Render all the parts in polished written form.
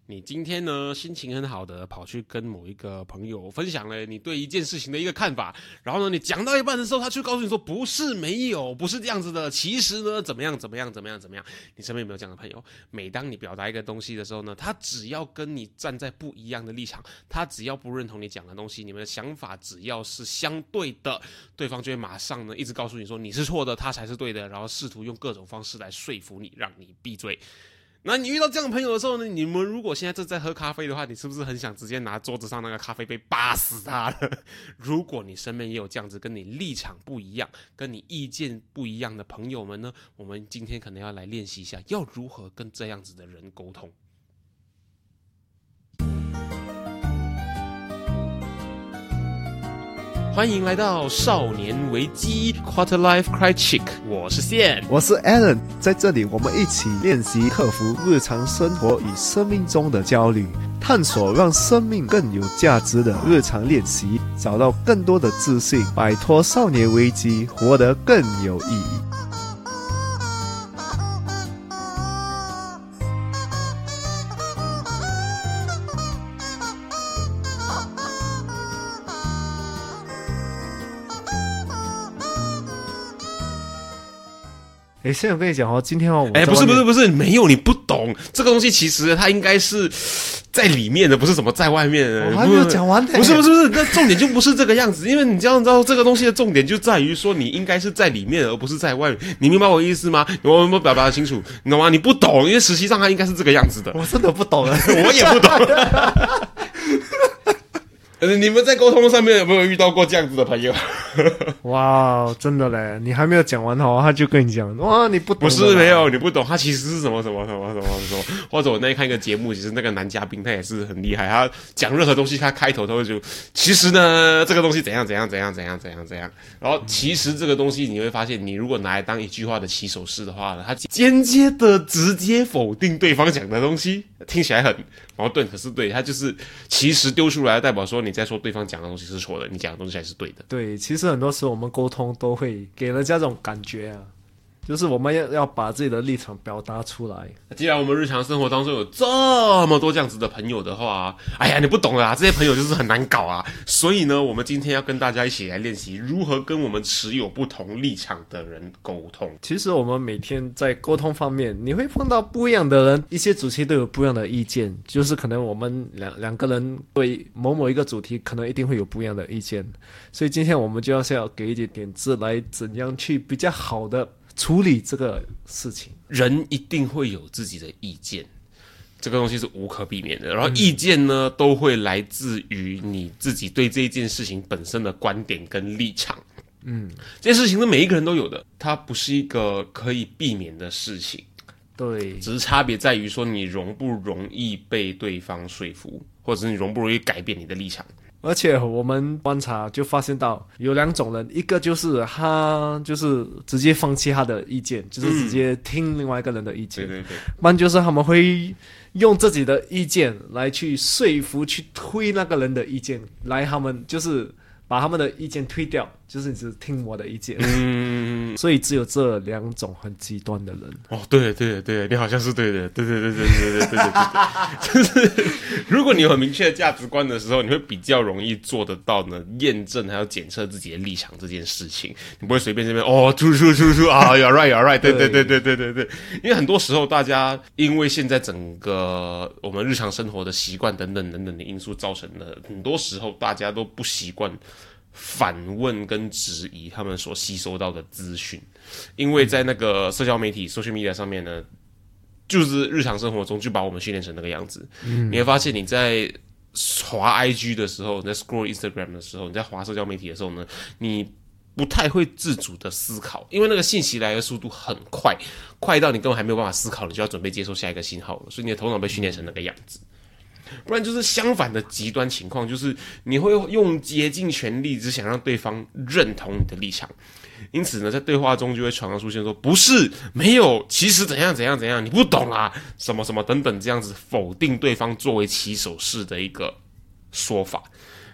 你今天呢心情很好的跑去跟某一个朋友分享了你对一件事情的一个看法，然后呢你讲到一半的时候，他就告诉你说不是没有，不是这样子的，其实呢怎么样。你身边有没有这样的朋友？每当你表达一个东西的时候呢，他只要跟你站在不一样的立场，他只要不认同你讲的东西，你们的想法只要是相对的，对方就会马上呢一直告诉你说你是错的，他才是对的，然后试图用各种方式来说服你，让你闭嘴。那你遇到这样的朋友的时候呢，你们如果现在正在喝咖啡的话，你是不是很想直接拿桌子上那个咖啡杯扒死他了？如果你身边也有这样子跟你立场不一样、跟你意见不一样的朋友们呢，我们今天可能要来练习一下，要如何跟这样子的人沟通。欢迎来到少年危机 Quarter Life Crisis， 我是宪， 我是 Alan， 在这里我们一起练习克服日常生活与生命中的焦虑，探索让生命更有价值的日常练习，找到更多的自信，摆脱少年危机，活得更有意义。现在我跟你讲哦，今天哦， 不是，没有，你不懂这个东西，其实它应该是在里面的，不是什么在外面的。 我还没有讲完呢。 不是，那重点就不是这个样子，因为你知道这个东西的重点就在于说，你应该是在里面，而不是在外面。你明白我的意思吗？我有没有表达得清楚？你懂吗？你不懂，因为实际上它应该是这个样子的。 我真的不懂了， 我也不懂。你们在沟通上面有没有遇到过这样子的朋友？ 哇，真的嘞！你还没有讲完哦，他就跟你讲，哇，你不懂。 不是没有，你不懂，他其实是什么。或者我那天看一个节目，其实那个男嘉宾他也是很厉害，他讲任何东西，他开头都会就，其实呢，这个东西怎样。然后其实这个东西你会发现，你如果拿来当一句话的起手式的话呢，他间接的直接否定对方讲的东西，听起来很矛盾，可是对，他就是其实丢出来代表说你在说对方讲的东西是错的，你讲的东西才是对的。 对，其实很多时候我们沟通都会给人家这种感觉啊，就是我们要把自己的立场表达出来。 既然我们日常生活当中有这么多这样子的朋友的话，哎呀，你不懂啦，这些朋友就是很难搞啊。所以呢，我们今天要跟大家一起来练习如何跟我们持有不同立场的人沟通。 其实我们每天在沟通方面，你会碰到不一样的人，一些主题都有不一样的意见，就是可能我们两个人对某一个主题可能一定会有不一样的意见，所以今天我们就要给一点点子来怎样去比较好的处理这个事情。 人一定会有自己的意见，这个东西是无可避免的。然后意见呢，都会来自于你自己对这一件事情本身的观点跟立场。这件事情是每一个人都有的，它不是一个可以避免的事情。 对， 只是差别在于说你容不容易被对方说服，或者是你容不容易改变你的立场。 而且我们观察就发现到有两种人，一个就是他就是直接放弃他的意见，就是直接听另外一个人的意见。 对， 不然就是他们会用自己的意见来去说服、去推那个人的意见，来他们就是把他们的意见推掉，就是你只听我的意见。所以只有这两种很极端的人。 哦，对，你好像是对的，对，就是如果你有很明确的价值观的时候，你会比较容易做得到呢，验证还有检测自己的立场这件事情，你不会随便这边出啊 ，you're right， 对，因为很多时候大家因为现在整个我们日常生活的习惯等等的因素造成的，很多时候大家都不习惯反问跟质疑他们所吸收到的资讯，因为在那个社交媒体 social media 上面呢，就是日常生活中就把我们训练成那个样子。你会发现你在滑 IG 的时候，你在 scroll Instagram 的时候，你在滑社交媒体的时候呢，你不太会自主的思考，因为那个信息来的速度很快，快到你根本还没有办法思考，你就要准备接受下一个信号了，所以你的头脑被训练成那个样子。不然就是相反的极端情况，就是你会用竭尽全力只想让对方认同你的立场，因此呢，在对话中就会常常出现说不是没有，其实怎样，你不懂啊，什么什么等等这样子否定对方作为起手式的一个说法。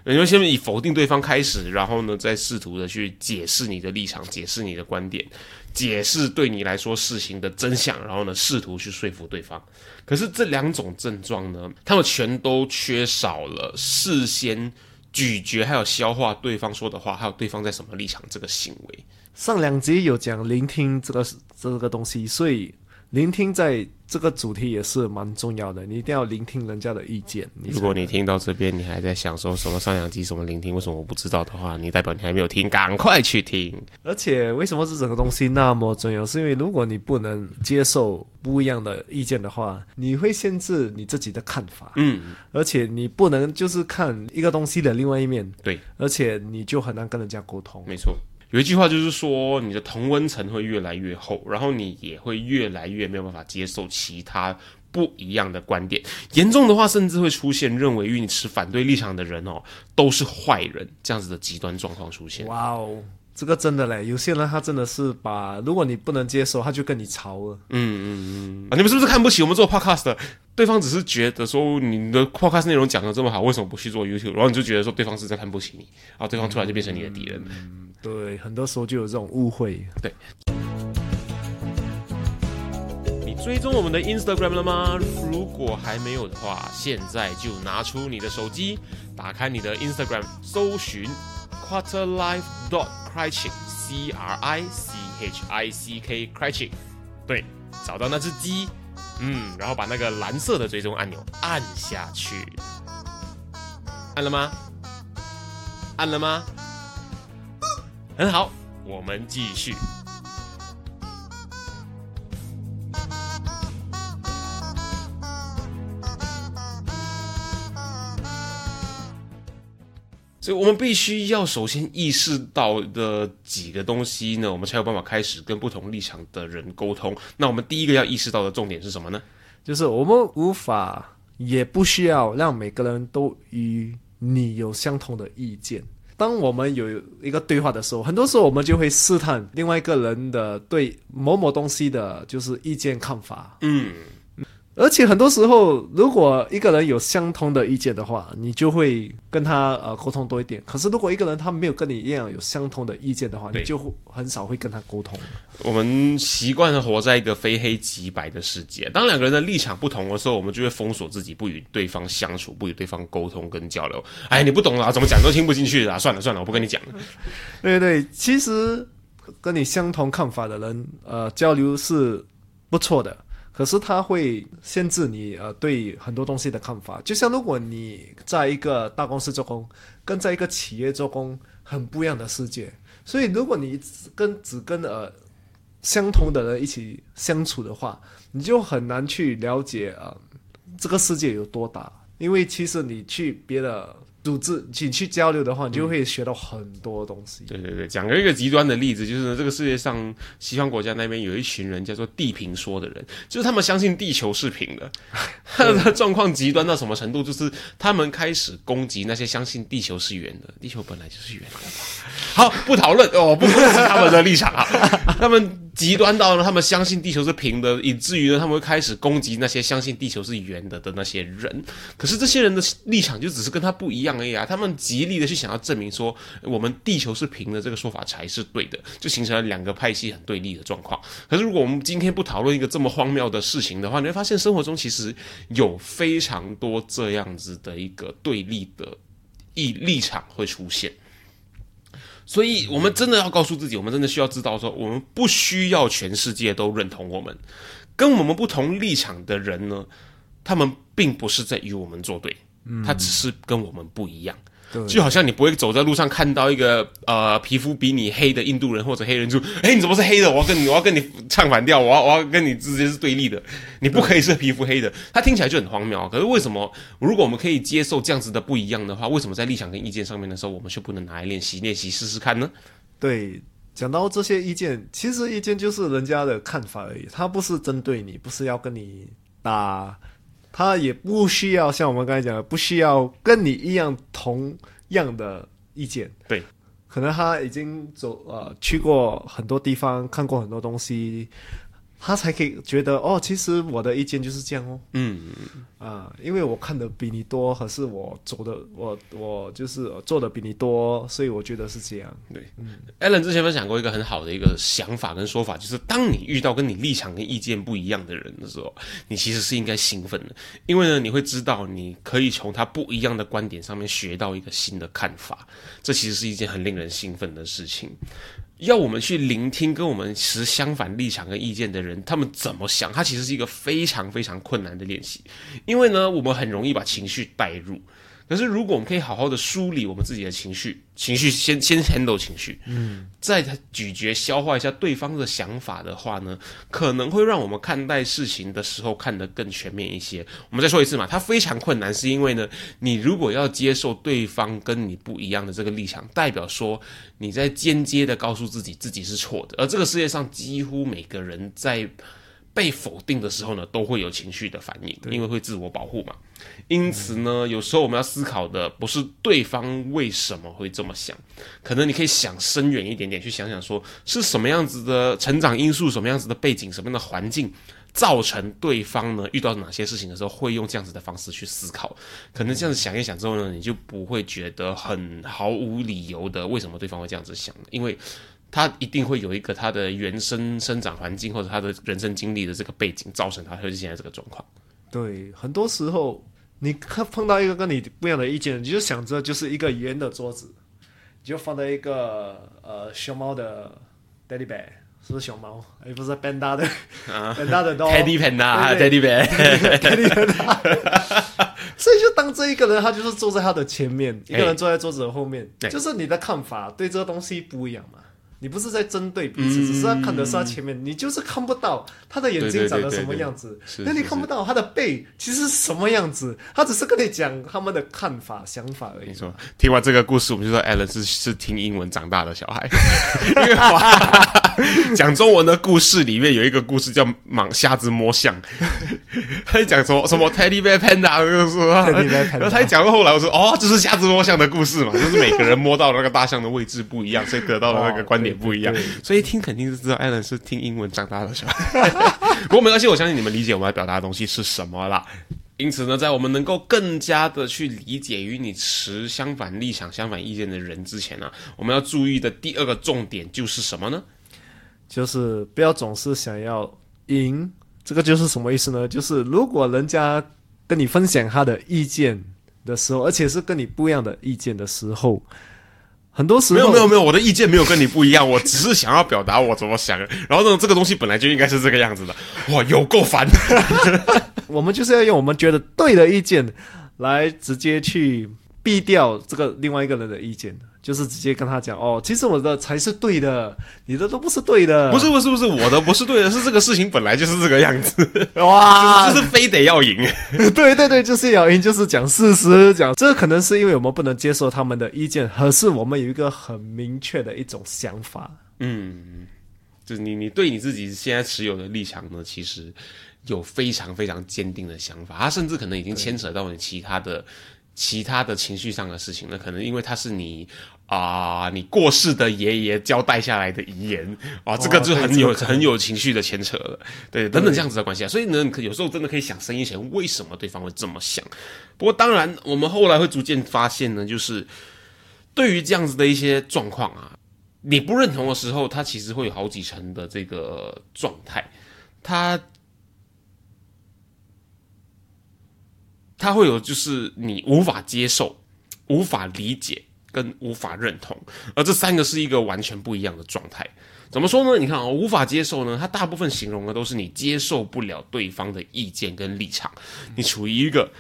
你会先以否定对方开始，然后呢，再试图的去解释你的立场，解释你的观点，解释对你来说事情的真相，然后呢，试图去说服对方。可是这两种症状呢，他们全都缺少了事先咀嚼还有消化对方说的话，还有对方在什么立场这个行为。 上2集有讲聆听这个东西，所以聆听在这个主题也是蛮重要的，你一定要聆听人家的意见。 如果你听到这边，你还在想说什么上2集什么聆听，为什么我不知道的话，你代表你还没有听，赶快去听。 而且为什么这整个东西那么重要？是因为如果你不能接受不一样的意见的话，你会限制你自己的看法。而且你不能就是看一个东西的另外一面。 对， 而且你就很难跟人家沟通。 没错。有一句话就是说，你的同温层会越来越厚，然后你也会越来越没有办法接受其他不一样的观点。严重的话，甚至会出现认为与你持反对立场的人都是坏人这样子的极端状况出现。 哇哦，这个真的嘞，有些人他真的是如果你不能接受，他就跟你吵了。 你们是不是看不起我们做 podcast 的？对方只是觉得说你的 podcast 内容讲得这么好，为什么不去做 YouTube？ 然后你就觉得说对方是在看不起你，然后对方突然就变成你的敌人。 对，很多时候就有这种误会。 对。你追踪我们的 Instagram 了吗？如果还没有的话，现在就拿出你的手机，打开你的 Instagram， 搜寻 quarterlife.criching CRICHICK criching， 对，找到那只鸡，然后把那个蓝色的追踪按钮按下去。按了吗？按了吗？很好，我们继续。所以我们必须要首先意识到的几个东西呢，我们才有办法开始跟不同立场的人沟通。那我们第一个要意识到的重点是什么呢？ 就是我们无法也不需要让每个人都与你有相同的意见。当我们有一个对话的时候，很多时候我们就会试探另外一个人的对某某东西的就是意见看法。而且很多时候如果一个人有相同的意见的话，你就会跟他沟通多一点。可是如果一个人他没有跟你一样有相同的意见的话，你就很少会跟他沟通。 我们习惯了活在一个非黑即白的世界，当两个人的立场不同的时候，我们就会封锁自己，不与对方相处，不与对方沟通跟交流。哎，你不懂啦，怎么讲都听不进去啦，算了，我不跟你讲了。 对对，其实跟你相同看法的人交流是不错的，可是它会限制你对很多东西的看法。就像如果你在一个大公司做工，跟在一个企业做工很不一样的世界，所以如果你只跟相同的人一起相处的话，你就很难去了解这个世界有多大。因为其实你去别的组织你去交流的话，你就会学到很多东西。对对对，讲一个极端的例子，就是呢，这个世界上西方国家那边有一群人叫做地平说的人，就是他们相信地球是平的。他的状况极端到什么程度？就是他们开始攻击那些相信地球是圆的，地球本来就是圆的吧。好，不讨论不攻击他们的立场啊。他们极端到呢，他们相信地球是平的，以至于呢，他们会开始攻击那些相信地球是圆的那些人。可是这些人的立场就只是跟他不一样而已啊，他们极力的去想要证明说我们地球是平的这个说法才是对的，就形成了两个派系很对立的状况。可是如果我们今天不讨论一个这么荒谬的事情的话，你会发现生活中其实有非常多这样子的一个对立的立场会出现。所以我们真的要告诉自己，我们真的需要知道说，我们不需要全世界都认同我们。跟我们不同立场的人呢，他们并不是在与我们作对，他只是跟我们不一样。就好像你不会走在路上看到一个皮肤比你黑的印度人或者黑人就你怎么是黑的，我要跟你唱反调，我要跟你之间是对立的，你不可以是皮肤黑的。他听起来就很荒谬。可是为什么如果我们可以接受这样子的不一样的话，为什么在立场跟意见上面的时候，我们就不能拿来练习试试看呢？ 对，讲到这些意见，其实意见就是人家的看法而已，他不是针对你，不是要跟你打，他也不需要像我们刚才讲的，不需要跟你一样同样的意见。 对， 可能他已经去过很多地方，看过很多东西，他才可以觉得其实我的意见就是这样因为我看的比你多，可是我就是做的比你多，所以我觉得是这样。 对，Alan 之前分享过一个很好的一个想法跟说法，就是当你遇到跟你立场跟意见不一样的人的时候，你其实是应该兴奋的，因为呢，你会知道你可以从他不一样的观点上面学到一个新的看法，这其实是一件很令人兴奋的事情。要我们去聆听跟我们持相反立场跟意见的人，他们怎么想，它其实是一个非常非常困难的练习。因为呢，我们很容易把情绪带入。可是如果我们可以好好的梳理我们自己的情绪先 handle 情绪，再咀嚼消化一下对方的想法的话呢，可能会让我们看待事情的时候看得更全面一些。我们再说一次嘛，它非常困难，是因为呢，你如果要接受对方跟你不一样的这个立场，代表说你在间接的告诉自己是错的，而这个世界上几乎每个人在被否定的时候呢，都会有情绪的反应，因为会自我保护嘛。因此呢，有时候我们要思考的不是对方为什么会这么想，可能你可以想深远一点点，去想想说是什么样子的成长因素，什么样子的背景，什么样的环境造成对方呢遇到哪些事情的时候会用这样子的方式去思考。可能这样子想一想之后呢，你就不会觉得很毫无理由的为什么对方会这样子想，因为他一定会有一个他的原生生长环境或者他的人生经历的这个背景造成他会现在这个状况。 对，很多时候你碰到一个跟你不一样的意见，你就想着就是一个圆的桌子，你就放在一个熊猫的 Teddy Bear， 是不是熊猫？不是 Panda 的Panda 的 Teddy Panda Teddy Bear Teddy Panda 所以就当这一个人他就是坐在他的前面，一个人坐在桌子的后面，就是你的看法对这个东西不一样嘛。你不是在针对彼此，只是他看的是他前面，你就是看不到他的眼睛长得什么样子，那你看不到他的背其实是什么样子，他只是跟你讲他们的看法想法而已。 没错，听完这个故事，我们就说 Alan 是听英文长大的小孩，因为讲中文的故事里面有一个故事叫瞎子摸象，他讲什么 Teddy Bear Panda， 然后他一讲到后来，我说这是瞎子摸象的故事嘛，就是每个人摸到那个大象的位置不一样，所以得到的那个观点不一样，所以一听肯定是知道 Alan 是听英文长大的小孩。不过没关系，我相信你们理解我们要表达的东西是什么啦。因此呢，在我们能够更加的去理解与你持相反立场、相反意见的人之前呢，我们要注意的第二个重点就是什么呢？ 就是不要总是想要赢。这个就是什么意思呢？就是如果人家跟你分享他的意见的时候，而且是跟你不一样的意见的时候，很多时候没有，我的意见没有跟你不一样，我只是想要表达我怎么想。然后呢，这个东西本来就应该是这个样子的。哇，有够烦！ 我们就是要用我们觉得对的意见来直接去避掉这个另外一个人的意见，就是直接跟他讲其实我的才是对的，你的都不是对的。 不是，我的不是对的，是这个事情本来就是这个样子。哇，就是非得要赢。 对，就是要赢，就是讲事实，这可能是因为我们不能接受他们的意见，可是我们有一个很明确的一种想法。 就是你对你自己现在持有的立场呢，其实有非常非常坚定的想法，它甚至可能已经牵扯到你其他的情绪上的事情了，可能因为它是你过世的爷爷交代下来的遗言这个就很有情绪的牵扯了，对，等等这样子的关系所以呢，有时候真的可以想深一层，为什么对方会这么想？不过当然，我们后来会逐渐发现呢，就是对于这样子的一些状况你不认同的时候，它其实会有好几层的这个状态，它会有就是你无法接受、无法理解跟无法认同，而这三个是一个完全不一样的状态。怎么说呢？你看无法接受呢，它大部分形容的都是你接受不了对方的意见跟立场，你处于一个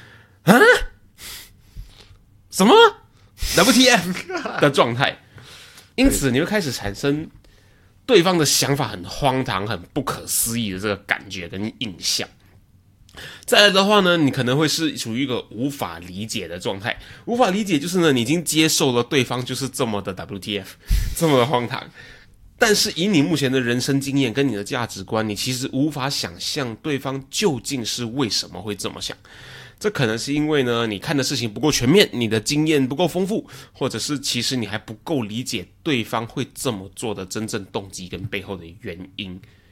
什么 WTF 的状态，因此你会开始产生对方的想法很荒唐、很不可思议的这个感觉跟印象。再来的话呢，你可能会是处于一个无法理解的状态。无法理解就是呢，你已经接受了对方就是这么的 WTF， 这么的荒唐。但是以你目前的人生经验跟你的价值观，你其实无法想象对方究竟是为什么会这么想。这可能是因为呢，你看的事情不够全面，你的经验不够丰富，或者是其实你还不够理解对方会这么做的真正动机跟背后的原因。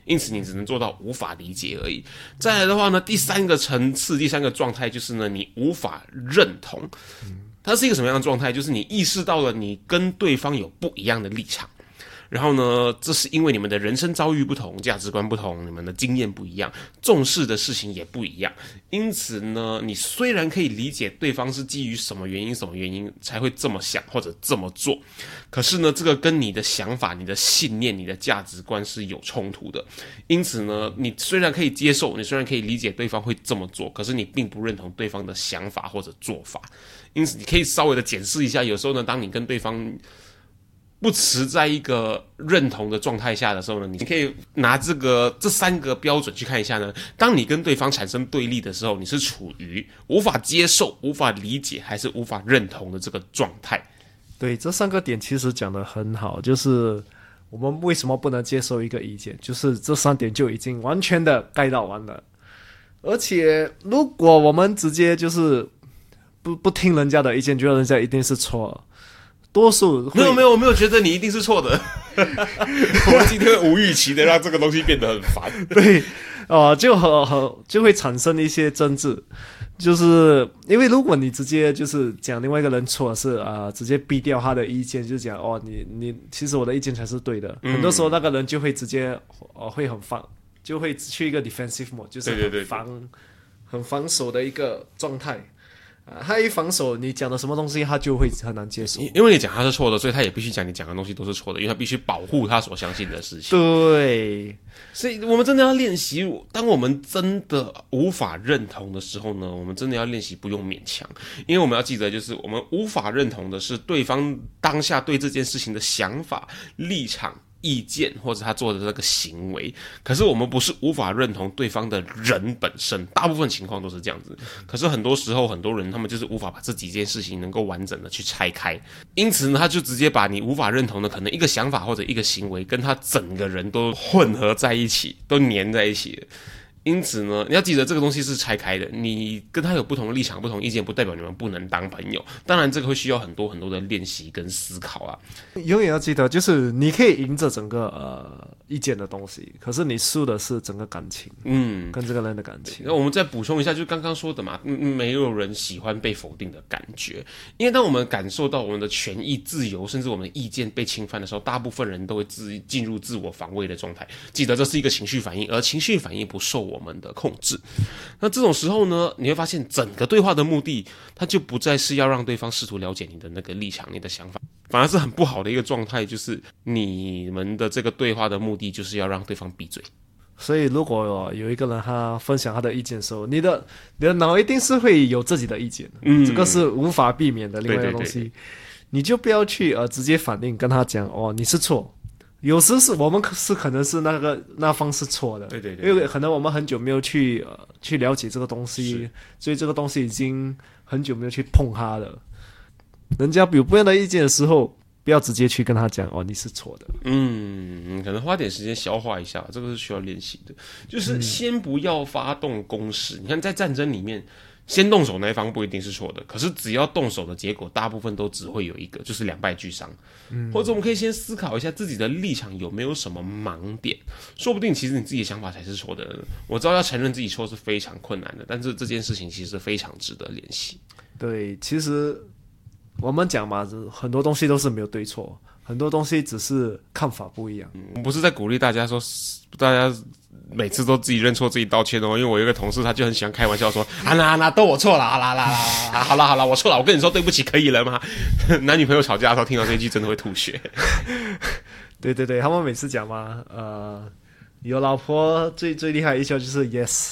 因此你只能做到无法理解而已。再来的话呢，第三个层次，第三个状态就是呢，你无法认同。它是一个什么样的状态？就是你意识到了你跟对方有不一样的立场。然后呢，这是因为你们的人生遭遇不同，价值观不同，你们的经验不一样，重视的事情也不一样。因此呢，你虽然可以理解对方是基于什么原因才会这么想或者这么做，可是呢，这个跟你的想法、你的信念、你的价值观是有冲突的。因此呢，你虽然可以接受，你虽然可以理解对方会这么做，可是你并不认同对方的想法或者做法。因此，你可以稍微的检视一下，有时候呢，当你跟对方不持在一个认同的状态下的时候呢，你可以拿这三个标准去看一下呢。当你跟对方产生对立的时候，你是处于无法接受、无法理解还是无法认同的这个状态。 对，这三个点其实讲得很好，就是我们为什么不能接受一个意见，就是这3点就已经完全的概到完了。而且如果我们直接就是不听人家的意见，觉得人家一定是错，多数没有，我没有觉得你一定是错的。我们今天会无预期的让这个东西变得很烦。 对，就会产生一些争执，就是因为如果你直接就是讲另外一个人错，是直接逼掉他的意见，就讲你其实我的意见才是对的。很多时候那个人就会直接会就会去一个 defensive mode， 就是很防守的一个状态。他一防守，你讲的什么东西他就会很难接受， 因为你讲他是错的，所以他也必须讲你讲的东西都是错的，因为他必须保护他所相信的事情。 对， 所以我们真的要练习，当我们真的无法认同的时候呢，我们真的要练习不用勉强，因为我们要记得，就是我们无法认同的是对方当下对这件事情的想法、立场、意见或者他做的这个行为，可是我们不是无法认同对方的人本身，大部分情况都是这样子。可是很多时候很多人他们就是无法把这几件事情能够完整的去拆开，因此呢，他就直接把你无法认同的可能一个想法或者一个行为跟他整个人都混合在一起，都粘在一起了。因此呢，你要记得这个东西是拆开的，你跟他有不同的立场、不同意见，不代表你们不能当朋友。当然，这个会需要很多很多的练习跟思考啊。 永远要记得，就是你可以赢着整个意见的东西，可是你输的是整个感情，跟这个人的感情。 那我们再补充一下，就刚刚说的嘛，没有人喜欢被否定的感觉，因为当我们感受到我们的权益、自由，甚至我们的意见被侵犯的时候，大部分人都会进入自我防卫的状态。记得这是一个情绪反应，而情绪反应不受我们的控制。那这种时候呢，你会发现整个对话的目的，它就不再是要让对方试图了解你的那个立场、你的想法，反而是很不好的一个状态，就是你们的这个对话的目的就是要让对方闭嘴。 所以如果有一个人他分享他的意见的时候，你的脑一定是会有自己的意见，这个是无法避免的另外一个东西。对，你就不要去直接反应跟他讲你是错。有时是我们可能是那方是错的，对，因为可能我们很久没有去了解这个东西，所以这个东西已经很久没有去碰它了。人家有不一样的意见的时候，不要直接去跟他讲你是错的。 可能花点时间消化一下，这个是需要练习的。就是先不要发动攻势。你看，在战争里面，先动手那一方不一定是错的，可是只要动手的结果，大部分都只会有一个，就是两败俱伤。或者我们可以先思考一下自己的立场有没有什么盲点，说不定其实你自己的想法才是错的。我知道要承认自己错是非常困难的，但是这件事情其实非常值得练习。 对，其实我们讲嘛，很多东西都是没有对错，很多东西只是看法不一样。 我不是在鼓励大家说大家每次都自己认错自己道歉因为我有一个同事他就很喜欢开玩笑说那都我错了好啦我错了，我跟你说对不起可以了吗？男女朋友吵架的时候听到这一句真的会吐血。 对，他们每次讲嘛有老婆最厉害的一笑就是 yes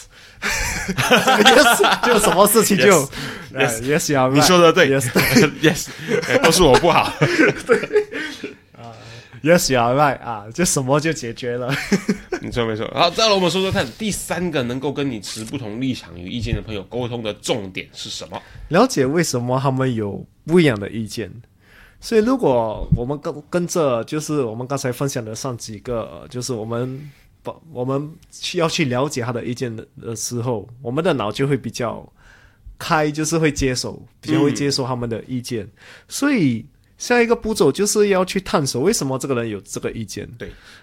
yes 就什么事情就 yes you are right， 你说的对 yes yes 都是我不好。 对yes you are right 就什么就解决了。 没错。好，再来我们说说看，第三个能够跟你持不同立场与意见的朋友沟通的重点是什么？ 了解为什么他们有不一样的意见。所以如果我们跟着就是我们刚才分享的上几个，就是我们需要去了解他的意见的时候，我们的脑就会比较开，就是会比较会接受他们的意见。所以下一个步骤就是要去探索为什么这个人有这个意见。 对，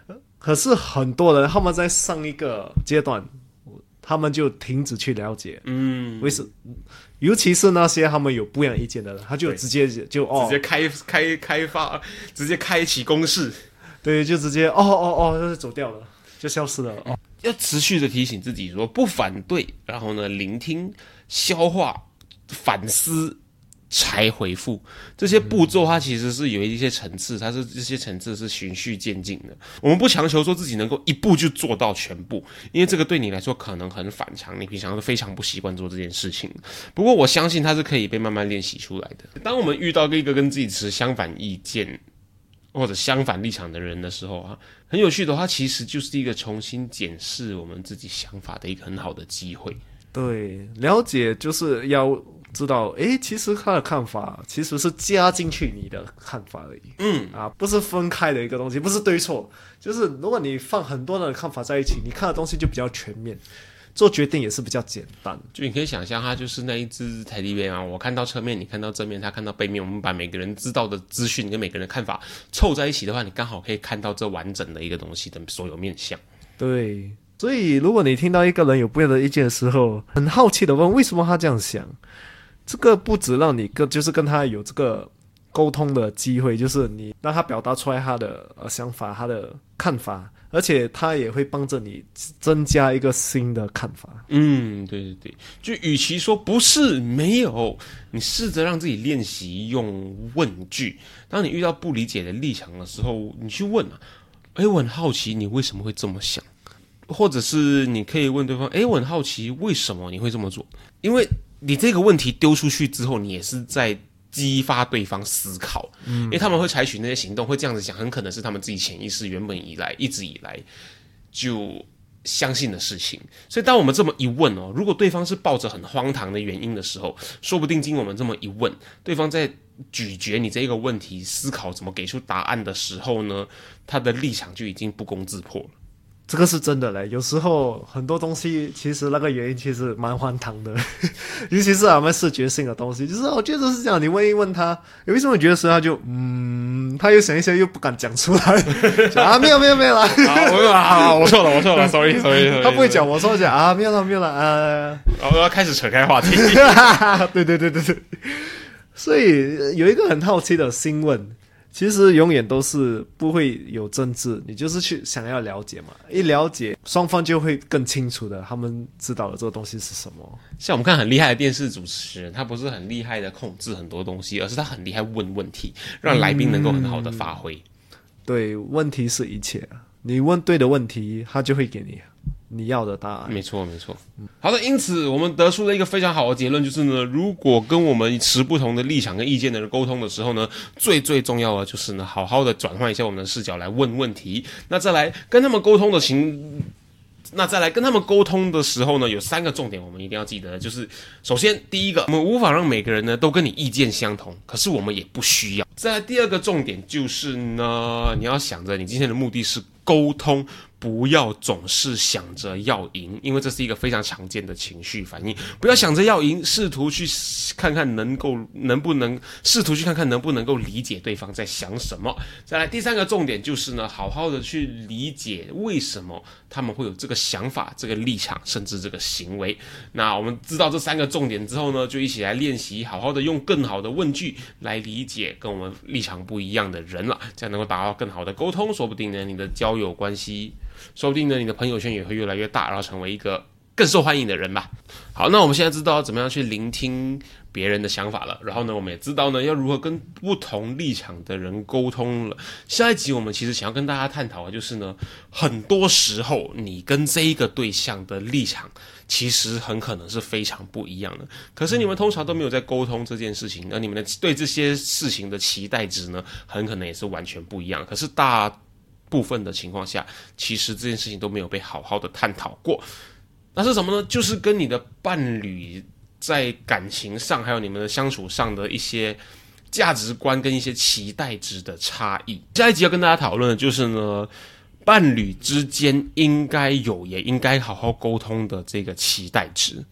可是很多人他们在上一个阶段，他们就停止去了解，尤其是那些他们有不一样意见的人，他就直接直接开发，直接开启攻势， 对，就直接就走掉了，就消失了。 要持续的提醒自己说不反对，然后呢，聆听、消化、反思。才回复这些步骤，它其实是有一些层次，这些层次是循序渐进的。我们不强求说自己能够一步就做到全部，因为这个对你来说可能很反常，你平常是非常不习惯做这件事情。不过我相信它是可以被慢慢练习出来的。当我们遇到一个跟自己持相反意见或者相反立场的人的时候啊，很有趣的，它其实就是一个重新检视我们自己想法的一个很好的机会。 对，了解就是要知道，其实他的看法其实是加进去你的看法而已，不是分开的一个东西，不是对错，就是如果你放很多的看法在一起，你看的东西就比较全面，做决定也是比较简单。 就你可以想象，它就是那一只台积电啊，我看到侧面，你看到正面，他看到背面，我们把每个人知道的资讯跟每个人的看法凑在一起的话，你刚好可以看到这完整的一个东西的所有面向。 对。所以如果你听到一个人有不一样的意见的时候，很好奇的问为什么他这样想，这个不只让你就是跟他有这个沟通的机会，就是你让他表达出来他的想法，他的看法，而且他也会帮着你增加一个新的看法。 对对对，就与其说不是没有，你试着让自己练习用问句。当你遇到不理解的立场的时候，你去问我很好奇你为什么会这么想。或者是你可以问对方，我很好奇为什么你会这么做？因为你这个问题丢出去之后，你也是在激发对方思考，因为他们会采取那些行动，会这样子想，很可能是他们自己潜意识原本一直以来就相信的事情。所以当我们这么一问如果对方是抱着很荒唐的原因的时候，说不定经我们这么一问，对方在咀嚼你这个问题，思考怎么给出答案的时候呢，他的立场就已经不攻自破了。 这个是真的嘞，有时候很多东西其实那个原因其实蛮荒唐的，尤其是我们视觉性的东西，就是我觉得是这样，你问一问他，有什么觉得时他就他又想一想又不敢讲出来，没有啦， 我错了 ，sorry， 他不会讲，我说讲没有啦， 我要开始扯开话题， 对，所以有一个很好奇的新闻。其实永远都是不会有争执，你就是去想要了解嘛，一了解双方就会更清楚的，他们知道了这个东西是什么。 像我们看很厉害的电视主持人，他不是很厉害的控制很多东西，而是他很厉害问问题，让来宾能够很好的发挥。 对，问题是一切，你问对的问题，他就会给你要的答案。 没错。好的，因此我们得出了一个非常好的结论，就是呢，如果跟我们持不同的立场跟意见的人沟通的时候呢，最重要的就是呢，好好的转换一下我们的视角来问问题。那再来跟他们沟通的时候呢，有3个重点我们一定要记得，就是首先第一个，我们无法让每个人呢都跟你意见相同，可是我们也不需要。再来第2个重点就是呢，你要想着你今天的目的是沟通，不要总是想着要赢，因为这是一个非常常见的情绪反应。不要想着要赢，试图去看看能不能够理解对方在想什么。再来第3个重点就是呢，好好的去理解为什么他们会有这个想法、这个立场，甚至这个行为。那我们知道这3个重点之后呢，就一起来练习，好好的用更好的问句来理解跟我们立场不一样的人了，这样能够达到更好的沟通。说不定呢，你的交友关系，说不定呢，你的朋友圈也会越来越大，然后成为一个更受欢迎的人吧。好，那我们现在知道怎么样去聆听别人的想法了，然后呢，我们也知道呢要如何跟不同立场的人沟通了。下一集我们其实想要跟大家探讨的就是呢，很多时候你跟这一个对象的立场其实很可能是非常不一样的，可是你们通常都没有在沟通这件事情，而你们的对这些事情的期待值呢，很可能也是完全不一样。可是大部分的情况下，其实这件事情都没有被好好的探讨过。那是什么呢？就是跟你的伴侣在感情上还有你们的相处上的一些价值观跟一些期待值的差异。下一集要跟大家讨论的就是呢，伴侣之间应该有也应该好好沟通的这个期待值。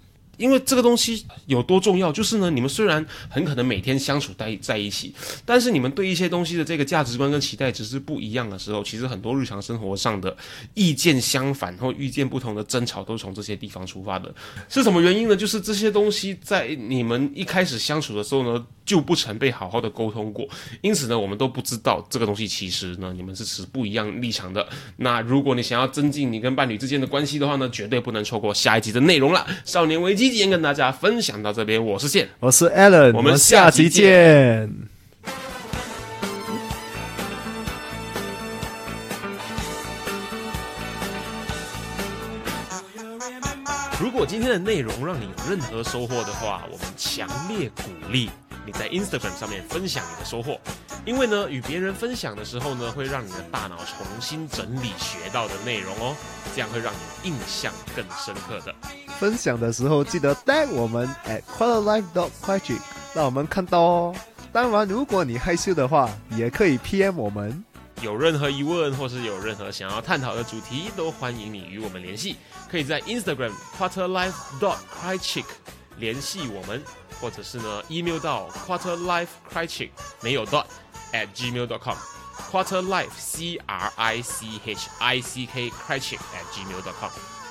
因为这个东西有多重要，就是呢，你们虽然很可能每天相处在一起，但是你们对一些东西的这个价值观跟期待值是不一样的时候，其实很多日常生活上的意见相反或意见不同的争吵都是从这些地方出发的。是什么原因呢？就是这些东西在你们一开始相处的时候呢，就不曾被好好的沟通过，因此呢，我们都不知道这个东西其实呢，你们是持不一样立场的。那如果你想要增进你跟伴侣之间的关系的话呢，绝对不能错过下一集的内容啦。少年危机今天跟大家分享到这边，我是宪， 我是 Alan， 我们下集见。 如果今天的内容让你有任何收获的话，我们强烈鼓励你在 Instagram 上面分享你的收获，因为呢，与别人分享的时候呢，会让你的大脑重新整理学到的内容哦，这样会让你印象更深刻的。 分享的时候记得 tag 我们 @quarterlife.critic 让我们看到哦。当然，如果你害羞的话，也可以 PM 我们。 有任何疑问或是有任何想要探讨的主题，都欢迎你与我们联系，可以在 Instagram quarterlife.critic 联系我们，或者是呢 email 到 quarterlifecritic 没有 dot @gmail.com quarterlife critic critic @gmail.com